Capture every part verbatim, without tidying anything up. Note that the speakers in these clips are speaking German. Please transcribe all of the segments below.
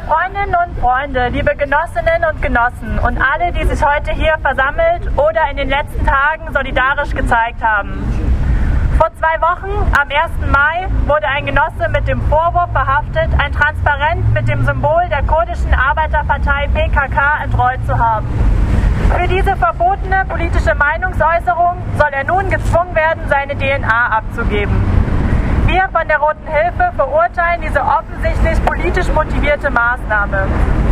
Freundinnen und Freunde, liebe Genossinnen und Genossen und alle, die sich heute hier versammelt oder in den letzten Tagen solidarisch gezeigt haben. Vor zwei Wochen, am ersten Mai, wurde ein Genosse mit dem Vorwurf verhaftet, ein Transparent mit dem Symbol der kurdischen Arbeiterpartei P K K entrollt zu haben. Für diese verbotene politische Meinungsäußerung soll er nun gezwungen werden, seine D N A abzugeben. Wir von der Roten Hilfe verurteilen diese offensichtlich politisch motivierte Maßnahme.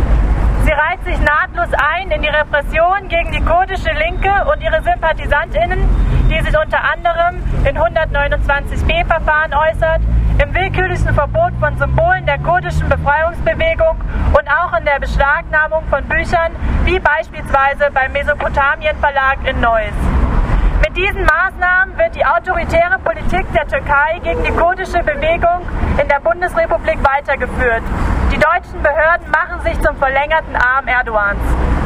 Sie reiht sich nahtlos ein in die Repression gegen die kurdische Linke und ihre SympathisantInnen, die sich unter anderem in hundertneunundzwanzig b Verfahren äußert, im willkürlichen Verbot von Symbolen der kurdischen Befreiungsbewegung und auch in der Beschlagnahmung von Büchern, wie beispielsweise beim Mesopotamien Verlag in Neuss. Mit diesen Maßnahmen wird die autoritäre Politik der Türkei gegen die kurdische Bewegung in der Bundesrepublik weitergeführt. Die deutschen Behörden machen sich zum verlängerten Arm Erdogans.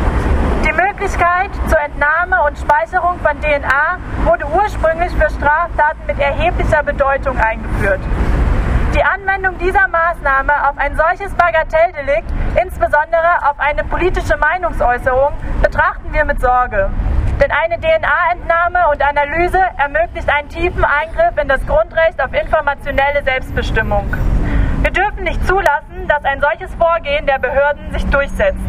Die Möglichkeit zur Entnahme und Speicherung von D N A wurde ursprünglich für Straftaten mit erheblicher Bedeutung eingeführt. Die Anwendung dieser Maßnahme auf ein solches Bagatelldelikt, insbesondere auf eine politische Meinungsäußerung, betrachten wir mit Sorge. Denn eine D N A-Entnahme und Analyse ermöglicht einen tiefen Eingriff in das Grundrecht auf informationelle Selbstbestimmung. Wir dürfen nicht zulassen, dass ein solches Vorgehen der Behörden sich durchsetzt.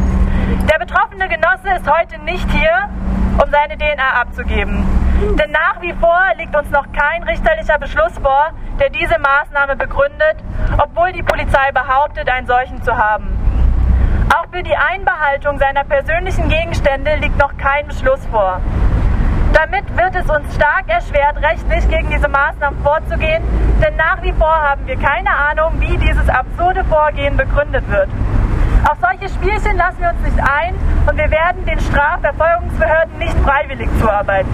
Der betroffene Genosse ist heute nicht hier, um seine D N A abzugeben. Denn nach wie vor liegt uns noch kein richterlicher Beschluss vor, der diese Maßnahme begründet, obwohl die Polizei behauptet, einen solchen zu haben. Auch für die Einbehaltung seiner persönlichen Gegenstände liegt noch kein Beschluss vor. Damit wird es uns stark erschwert, rechtlich gegen diese Maßnahmen vorzugehen, denn nach wie vor haben wir keine Ahnung, wie dieses absurde Vorgehen begründet wird. Auf solche Spielchen lassen wir uns nicht ein und wir werden den Strafverfolgungsbehörden nicht freiwillig zuarbeiten.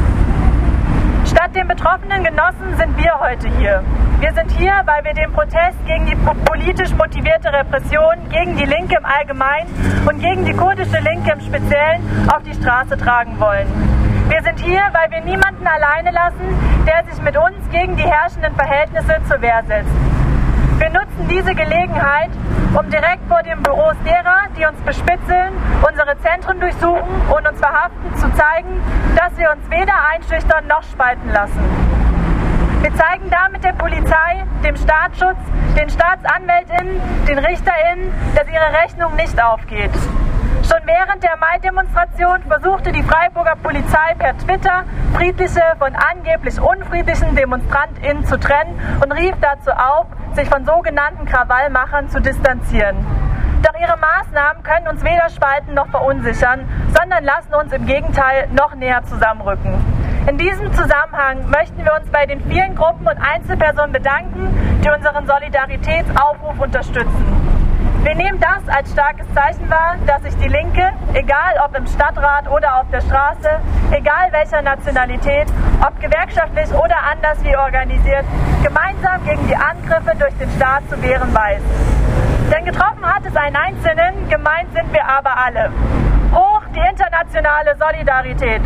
Statt den betroffenen Genossen sind wir heute hier. Wir sind hier, weil wir den Protest gegen die politisch motivierte Repression, gegen die Linke im Allgemeinen und gegen die kurdische Linke im Speziellen auf die Straße tragen wollen. Wir sind hier, weil wir niemanden alleine lassen, der sich mit uns gegen die herrschenden Verhältnisse zur Wehr setzt. Wir nutzen diese Gelegenheit, um direkt vor den Büros derer, die uns bespitzeln, unsere Zentren durchsuchen und uns verhaften, zu zeigen, dass wir uns weder einschüchtern noch spalten lassen. Wir zeigen damit der Polizei, dem Staatsschutz, den Staatsanwältinnen, den Richterinnen, dass ihre Rechnung nicht aufgeht. Schon während der Mai-Demonstration versuchte die Freiburger Polizei per Twitter friedliche von angeblich unfriedlichen DemonstrantInnen zu trennen und rief dazu auf, sich von sogenannten Krawallmachern zu distanzieren. Doch ihre Maßnahmen können uns weder spalten noch verunsichern, sondern lassen uns im Gegenteil noch näher zusammenrücken. In diesem Zusammenhang möchten wir uns bei den vielen Gruppen und Einzelpersonen bedanken, die unseren Solidaritätsaufruf unterstützen. Wir nehmen das als starkes Zeichen wahr, dass sich die Linke, egal ob im Stadtrat oder auf der Straße, egal welcher Nationalität, ob gewerkschaftlich oder anders wie organisiert, gemeinsam gegen die Angriffe durch den Staat zu wehren weiß. Denn getroffen hat es einen Einzelnen, gemeint sind wir aber alle. Hoch die internationale Solidarität!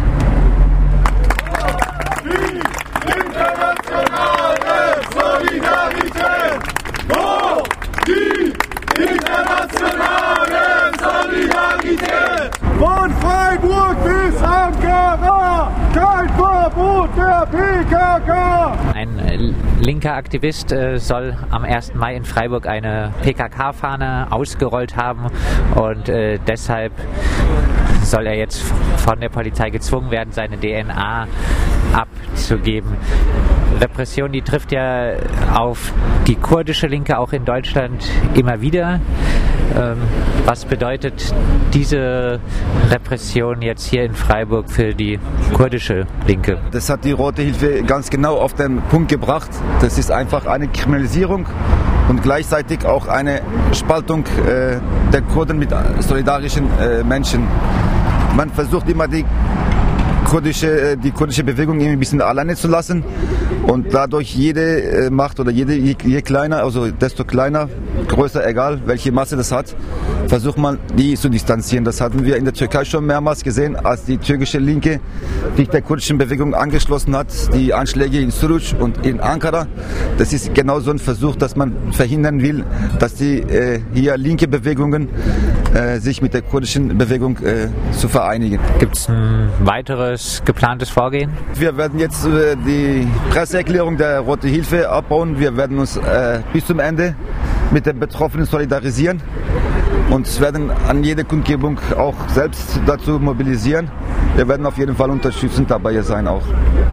Die internationale Solidarität! Hoch die internationale Solidarität! Von Freiburg bis Ankara, kein Verbot der P K K! Ein äh, linker Aktivist äh, soll am ersten Mai in Freiburg eine P K K-Fahne ausgerollt haben und äh, deshalb soll er jetzt von der Polizei gezwungen werden, seine D N A abzugeben. Repression, die trifft ja auf die kurdische Linke auch in Deutschland immer wieder. Ähm, was bedeutet diese Repression jetzt hier in Freiburg für die kurdische Linke? Das hat die Rote Hilfe ganz genau auf den Punkt gebracht. Das ist einfach eine Kriminalisierung und gleichzeitig auch eine Spaltung äh, der Kurden mit solidarischen äh, Menschen. Man versucht immer die kurdische, die kurdische Bewegung ein bisschen alleine zu lassen Und dadurch jede Macht oder jede, je, je kleiner, also desto kleiner, größer, egal welche Masse das hat, versucht man die zu distanzieren. Das hatten wir in der Türkei schon mehrmals gesehen, als die türkische Linke sich der kurdischen Bewegung angeschlossen hat. Die Anschläge in Suruç und in Ankara, das ist genau so ein Versuch, dass man verhindern will, dass die äh, hier linke Bewegungen äh, sich mit der kurdischen Bewegung äh, zu vereinigen. Gibt es ein weiteres geplantes Vorgehen? Wir werden jetzt äh, die Presseerklärung der Rote Hilfe abbauen. Wir werden uns äh, bis zum Ende mit den Betroffenen solidarisieren und werden an jede Kundgebung auch selbst dazu mobilisieren. Wir werden auf jeden Fall unterstützend dabei sein auch.